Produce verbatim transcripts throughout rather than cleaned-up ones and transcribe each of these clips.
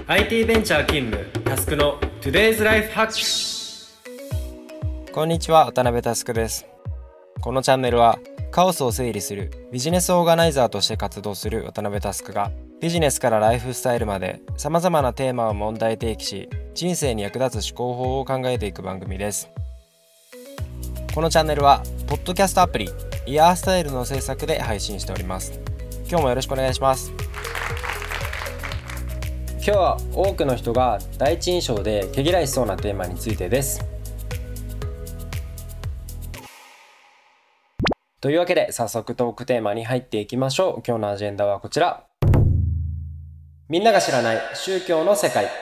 アイティー ベンチャー勤務タスクの Today's Life Hack。 こんにちは、渡辺タスクです。このチャンネルはカオスを整理するビジネスオーガナイザーとして活動する渡辺タスクがビジネスからライフスタイルまで様々なテーマを問題提起し、人生に役立つ思考法を考えていく番組です。このチャンネルはポッドキャストアプリイヤースタイルの制作で配信しております。今日もよろしくお願いします。今日は多くの人が第一印象で毛嫌いしそうなテーマについてです。というわけで早速トークテーマに入っていきましょう。今日のアジェンダはこちら。みんなが知らない宗教の世界。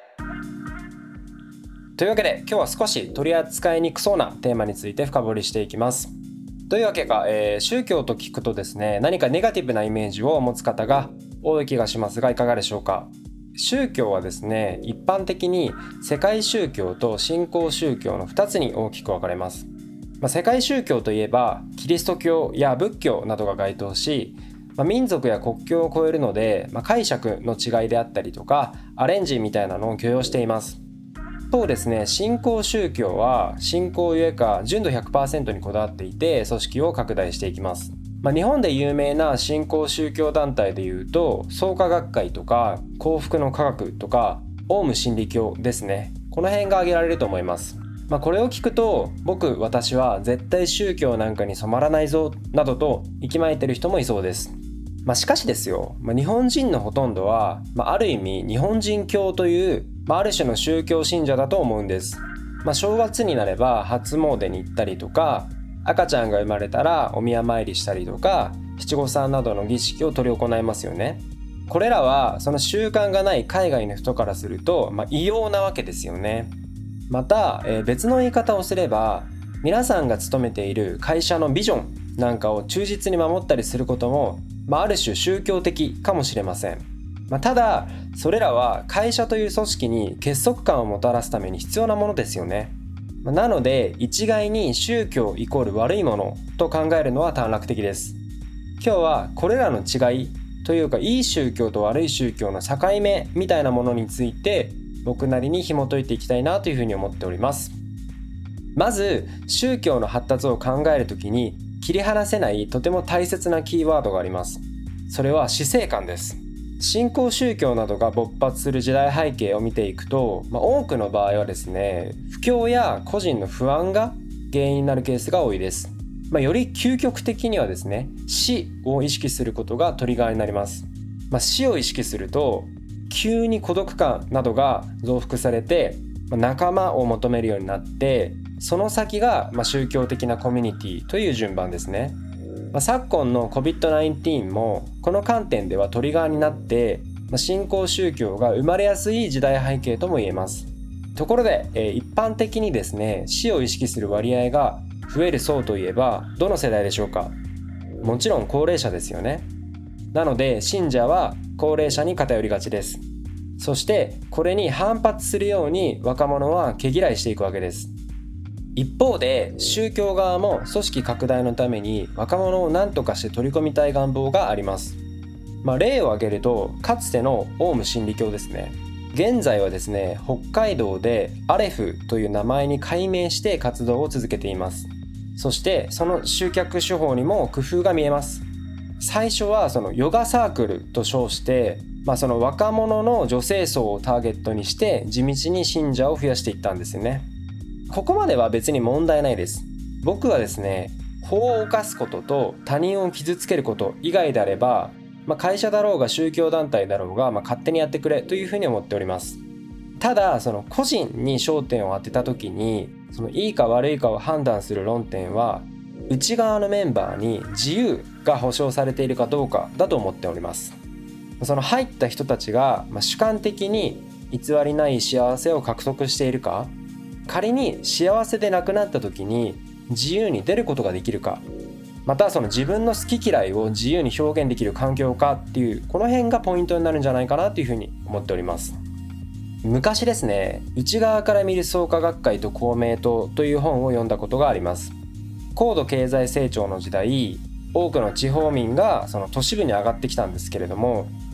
というわけで今日は少し取り扱いにくそうなテーマについて深掘りしていきます。というわけか、えー、宗教と聞くとですね、何かネガティブなイメージを持つ方が多い気がしますが、いかがでしょうか。宗教はですね、一般的に世界宗教と新興宗教のふたつに大きく分かれます。まあ、世界宗教といえばキリスト教や仏教などが該当し、まあ、民族や国境を超えるので、まあ、解釈の違いであったりとかアレンジみたいなのを許容しています。そうですね、新興宗教は信仰ゆえか純度 ひゃくパーセント にこだわっていて組織を拡大していきます。まあ、日本で有名な新興宗教団体でいうと創価学会とか幸福の科学とかオウム真理教ですね。この辺が挙げられると思います。まあ、これを聞くと僕私は絶対宗教なんかに染まらないぞなどと息巻いてる人もいそうです。まあ、しかしですよ、まあ、日本人のほとんどは、まあ、ある意味日本人教という、まあ、ある種の宗教信者だと思うんです。まあ、正月になれば初詣に行ったりとか、赤ちゃんが生まれたらお宮参りしたりとか、七五三などの儀式を執り行いますよね。これらはその習慣がない海外の人からすると、まあ、異様なわけですよね。また、えー、別の言い方をすれば、皆さんが勤めている会社のビジョンなんかを忠実に守ったりすることも、まあ、ある種宗教的かもしれません。まあ、ただそれらは会社という組織に結束感をもたらすために必要なものですよね。なので一概に宗教イコール悪いものと考えるのは短絡的です。今日はこれらの違いというか、いい宗教と悪い宗教の境目みたいなものについて僕なりに紐解いていきたいなというふうに思っております。まず宗教の発達を考えるときに切り離せないとても大切なキーワードがあります。それは死生観です。新興宗教などが勃発する時代背景を見ていくと、まあ、多くの場合はですね、不況や個人の不安が原因になるケースが多いです。まあ、より究極的にはですね、死を意識することがトリガーになります。まあ、死を意識すると急に孤独感などが増幅されて、まあ、仲間を求めるようになって、その先がまあ宗教的なコミュニティという順番ですね。まあ、昨今の コビッドナインティーン もこの観点ではトリガーになって、まあ、新興宗教が生まれやすい時代背景とも言えます。ところで、えー、一般的にですね、死を意識する割合が増える層といえばどの世代でしょうか。もちろん高齢者ですよね。なので信者は高齢者に偏りがちです。そしてこれに反発するように若者は毛嫌いしていくわけです。一方で宗教側も組織拡大のために若者を何とかして取り込みたい願望があります。まあ、例を挙げるとかつてのオウム真理教ですね。現在はですね、北海道でアレフという名前に改名して活動を続けています。そしてその集客手法にも工夫が見えます。最初はそのヨガサークルと称して、まあ、その若者の女性層をターゲットにして地道に信者を増やしていったんですよね。ここまでは別に問題ないです。僕はですね、法を犯すことと他人を傷つけること以外であれば、まあ、会社だろうが宗教団体だろうが、まあ、勝手にやってくれというふうに思っております。ただその個人に焦点を当てた時に、そのいいか悪いかを判断する論点は内側のメンバーに自由が保障されているかどうかだと思っております。その入った人たちが、まあ、主観的に偽りない幸せを獲得しているか、仮に幸せでなくなった時に自由に出ることができるか、またその自分の好き嫌いを自由に表現できる環境かっていう、この辺がポイントになるんじゃないかなというふうに思っております。昔ですね、内側から見る創価学会と公明党という本を読んだことがあります。高度経済成長の時代、多くの地方民がその都市部に上がってきたんですけれども、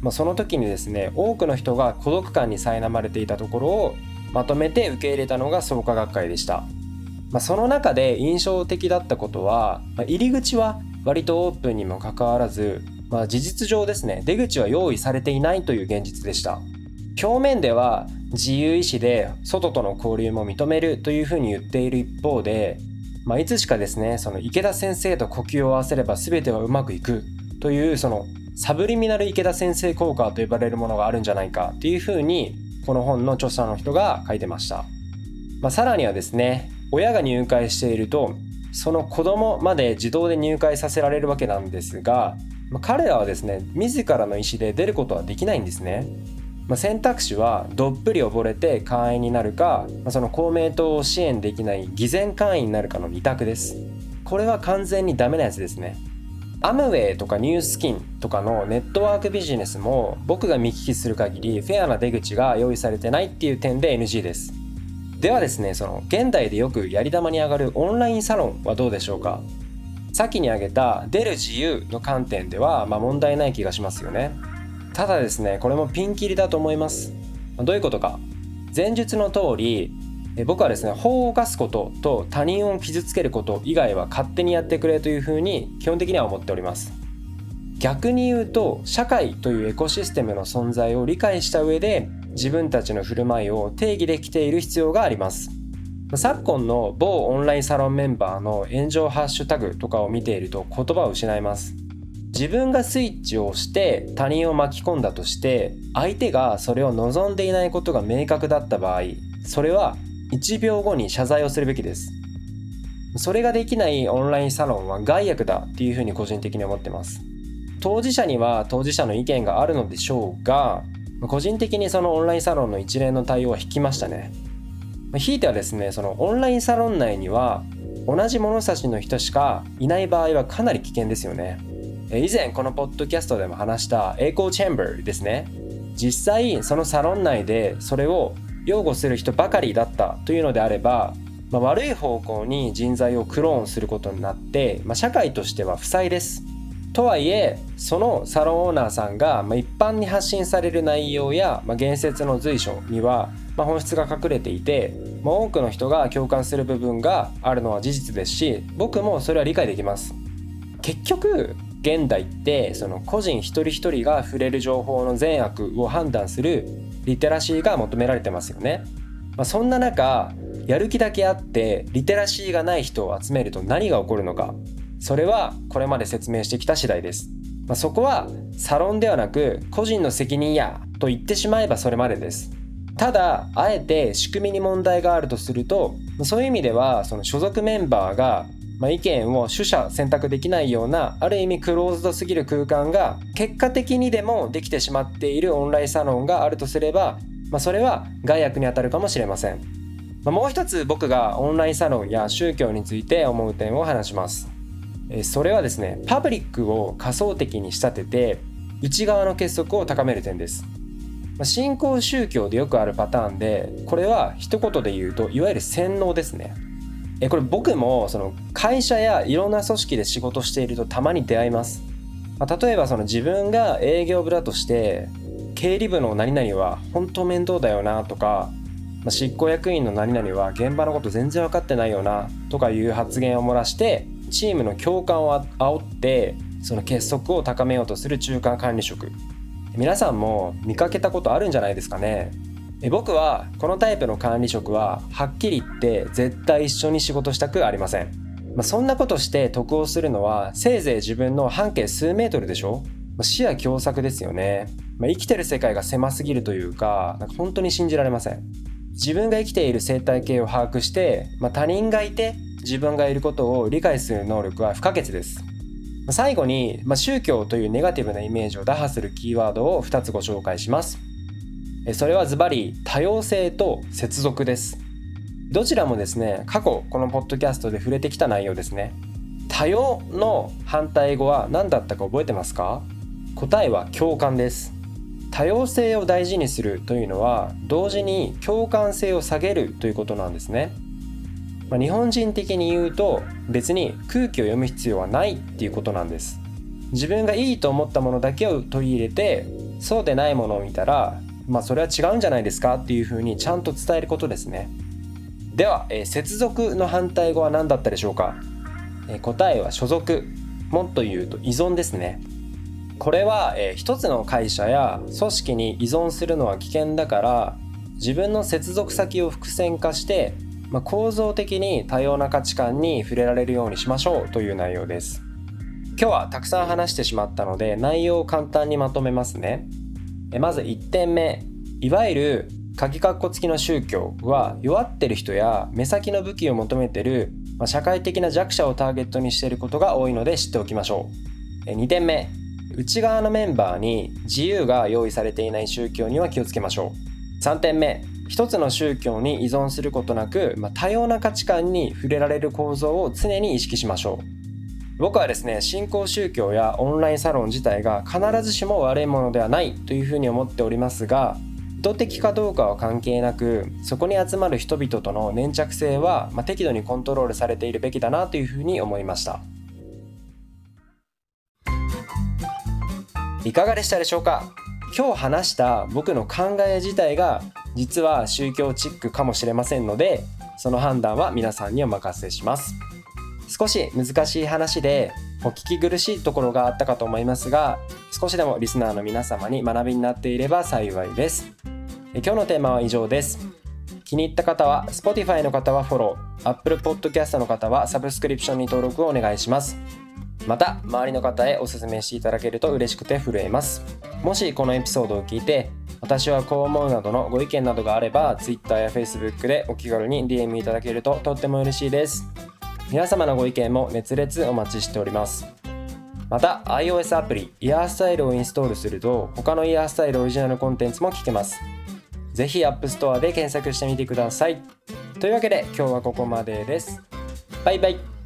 まあ、その時にですね、多くの人が孤独感に苛まれていたところをまとめて受け入れたのが創価学会でした。まあ、その中で印象的だったことは、まあ、入り口は割とオープンにもかかわらず、まあ、事実上ですね、出口は用意されていないという現実でした。表面では自由意志で外との交流も認めるというふうに言っている一方で、まあ、いつしかですね、その池田先生と呼吸を合わせれば全てはうまくいくという、そのサブリミナル池田先生効果と呼ばれるものがあるんじゃないかというふうに、この本の著者の人が書いてました。まあ、さらにはですね、親が入会しているとその子供まで自動で入会させられるわけなんですが、まあ、彼らはですね、自らの意思で出ることはできないんですね。まあ、選択肢はどっぷり溺れて会員になるか、まあ、その公明党を支援できない偽善会員になるかの二択です。これは完全にダメなやつですね。アムウェイとかニュースキンとかのネットワークビジネスも僕が見聞きする限りフェアな出口が用意されてないっていう点で エヌジー です。ではですね、その現代でよくやり玉に上がるオンラインサロンはどうでしょうか。先に挙げた出る自由の観点ではまあ問題ない気がしますよね。ただですね、これもピンキリだと思います。どういうことか。前述の通り、僕はですね、法を犯すことと他人を傷つけること以外は勝手にやってくれというふうに基本的には思っております。逆に言うと、社会というエコシステムの存在を理解した上で自分たちの振る舞いを定義できている必要があります。昨今の某オンラインサロンメンバーの炎上ハッシュタグとかを見ていると言葉を失います。自分がスイッチを押して他人を巻き込んだとして、相手がそれを望んでいないことが明確だった場合、それはいちびょうごに謝罪をするべきです。それができないオンラインサロンは害悪だっていうふうに個人的に思ってます。当事者には当事者の意見があるのでしょうが、個人的にそのオンラインサロンの一連の対応は引きましたね。ひいてはですね、そのオンラインサロン内には同じ物差しの人しかいない場合はかなり危険ですよね。以前このポッドキャストでも話したエコーチェンバーですね。実際そのサロン内でそれを擁護する人ばかりだったというのであれば、まあ、悪い方向に人材をクローンすることになって、まあ、社会としては負債です。とはいえ、そのサロンオーナーさんが、まあ、一般に発信される内容や、まあ、言説の随所には、まあ、本質が隠れていて、まあ、多くの人が共感する部分があるのは事実ですし、僕もそれは理解できます。結局現代ってその個人一人一人が触れる情報の善悪を判断するリテラシーが求められてますよね。まあ、そんな中、やる気だけあってリテラシーがない人を集めると何が起こるのか、それはこれまで説明してきた次第です。まあ、そこはサロンではなく個人の責任やと言ってしまえばそれまでです。ただあえて仕組みに問題があるとすると、そういう意味ではその所属メンバーがまあ、意見を取捨選択できないような、ある意味クローズドすぎる空間が結果的にでもできてしまっているオンラインサロンがあるとすれば、まあ、それは害悪に当たるかもしれません。まあ、もう一つ僕がオンラインサロンや宗教について思う点を話します。それはですね、パブリックを仮想的に仕立てて内側の結束を高める点です。まあ、新興宗教でよくあるパターンで、これは一言で言うといわゆる洗脳ですね。えこれ僕もその会社やいろんな組織で仕事しているとたまに出会います。まあ、例えばその自分が営業部だとして、経理部の何々は本当面倒だよなとか、まあ、執行役員の何々は現場のこと全然分かってないよなとかいう発言を漏らしてチームの共感を煽ってその結束を高めようとする中間管理職、皆さんも見かけたことあるんじゃないですかね。え僕はこのタイプの管理職ははっきり言って絶対一緒に仕事したくありません。まあ、そんなことして得をするのはせいぜい自分の半径数メートルでしょ。まあ、視野狭窄ですよね。まあ、生きてる世界が狭すぎるというか、なんか本当に信じられません。自分が生きている生態系を把握して、まあ、他人がいて自分がいることを理解する能力は不可欠です。まあ、最後に、まあ、宗教というネガティブなイメージを打破するキーワードをふたつご紹介します。それはズバリ多様性と接続です。どちらもですね、過去このポッドキャストで触れてきた内容ですね。多様の反対語は何だったか覚えてますか？答えは共感です。多様性を大事にするというのは同時に共感性を下げるということなんですね。まあ、日本人的に言うと別に空気を読む必要はないっていうことなんです。自分がいいと思ったものだけを取り入れて、 そうでないものを見たら、まあそれは違うんじゃないですかっていうふうにちゃんと伝えることですね。では、えー、接続の反対語は何だったでしょうか。えー、答えは所属、もっと言うと依存ですね。これは、えー、一つの会社や組織に依存するのは危険だから、自分の接続先を伏線化して、まあ、構造的に多様な価値観に触れられるようにしましょうという内容です。今日はたくさん話してしまったので内容を簡単にまとめますね。えまずいってんめ、いわゆる鍵括弧付きの宗教は弱ってる人や目先の武器を求めてる、まあ、社会的な弱者をターゲットにしていることが多いので知っておきましょう。えにてんめ、内側のメンバーに自由が用意されていない宗教には気をつけましょう。さんてんめ、一つの宗教に依存することなく、まあ、多様な価値観に触れられる構造を常に意識しましょう。僕はですね、新興宗教やオンラインサロン自体が必ずしも悪いものではないというふうに思っておりますが、意図的かどうかは関係なく、そこに集まる人々との粘着性は、まあ、適度にコントロールされているべきだなというふうに思いました。いかがでしたでしょうか。今日話した僕の考え自体が実は宗教チックかもしれませんので、その判断は皆さんにお任せします。少し難しい話でお聞き苦しいところがあったかと思いますが、少しでもリスナーの皆様に学びになっていれば幸いです。今日のテーマは以上です。気に入った方は Spotify の方はフォロー、Apple Podcast の方はサブスクリプションに登録をお願いします。また周りの方へお勧めしていただけると嬉しくて震えます。もしこのエピソードを聞いて私はこう思うなどのご意見などがあれば Twitter や Facebook でお気軽に ディーエム いただけるととっても嬉しいです。皆様のご意見も熱烈お待ちしております。また iOS アプリイヤースタイルをインストールすると他のイヤースタイルオリジナルコンテンツも聞けます。ぜひ App Store で検索してみてください。というわけで今日はここまでです。バイバイ。